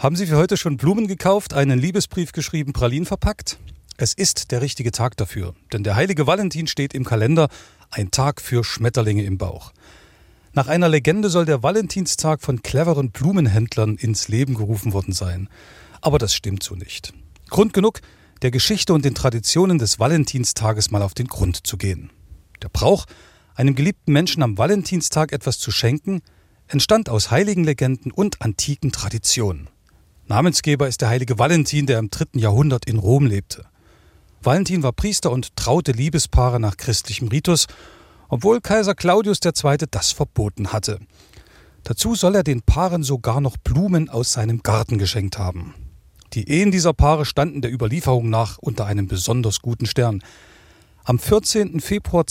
Haben Sie für heute schon Blumen gekauft, einen Liebesbrief geschrieben, Pralinen verpackt? Es ist der richtige Tag dafür, denn der heilige Valentin steht im Kalender, ein Tag für Schmetterlinge im Bauch. Nach einer Legende soll der Valentinstag von cleveren Blumenhändlern ins Leben gerufen worden sein. Aber das stimmt so nicht. Grund genug, der Geschichte und den Traditionen des Valentinstages mal auf den Grund zu gehen. Der Brauch, einem geliebten Menschen am Valentinstag etwas zu schenken, entstand aus heiligen Legenden und antiken Traditionen. Namensgeber ist der heilige Valentin, der im 3. Jahrhundert in Rom lebte. Valentin war Priester und traute Liebespaare nach christlichem Ritus, obwohl Kaiser Claudius II. Das verboten hatte. Dazu soll er den Paaren sogar noch Blumen aus seinem Garten geschenkt haben. Die Ehen dieser Paare standen der Überlieferung nach unter einem besonders guten Stern. Am 14. Februar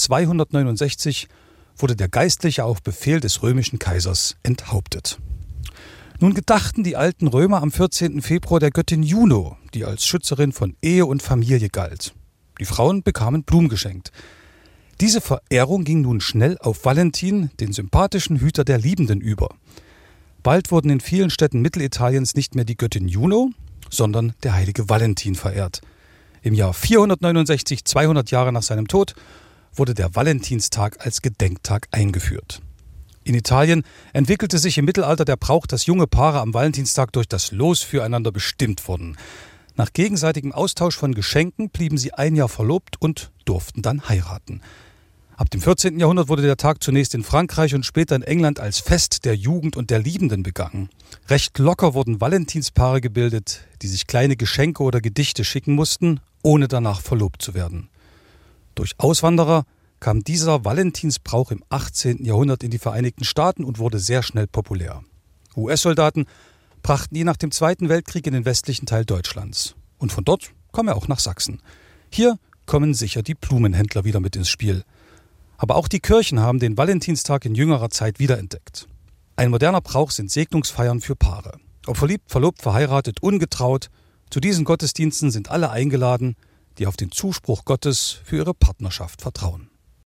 269 wurde der Geistliche auf Befehl des römischen Kaisers enthauptet. Nun gedachten die alten Römer am 14. Februar der Göttin Juno, die als Schützerin von Ehe und Familie galt. Die Frauen bekamen Blumen geschenkt. Diese Verehrung ging nun schnell auf Valentin, den sympathischen Hüter der Liebenden, über. Bald wurden in vielen Städten Mittelitaliens nicht mehr die Göttin Juno, sondern der heilige Valentin verehrt. Im Jahr 469, 200 Jahre nach seinem Tod, wurde der Valentinstag als Gedenktag eingeführt. In Italien entwickelte sich im Mittelalter der Brauch, dass junge Paare am Valentinstag durch das Los füreinander bestimmt wurden. Nach gegenseitigem Austausch von Geschenken blieben sie ein Jahr verlobt und durften dann heiraten. Ab dem 14. Jahrhundert wurde der Tag zunächst in Frankreich und später in England als Fest der Jugend und der Liebenden begangen. Recht locker wurden Valentinspaare gebildet, die sich kleine Geschenke oder Gedichte schicken mussten, ohne danach verlobt zu werden. Durch Auswanderer kam dieser Valentinsbrauch im 18. Jahrhundert in die Vereinigten Staaten und wurde sehr schnell populär. US-Soldaten brachten ihn nach dem Zweiten Weltkrieg in den westlichen Teil Deutschlands. Und von dort kam er auch nach Sachsen. Hier kommen sicher die Blumenhändler wieder mit ins Spiel. Aber auch die Kirchen haben den Valentinstag in jüngerer Zeit wiederentdeckt. Ein moderner Brauch sind Segnungsfeiern für Paare. Ob verliebt, verlobt, verheiratet, ungetraut, zu diesen Gottesdiensten sind alle eingeladen, die auf den Zuspruch Gottes für ihre Partnerschaft vertrauen.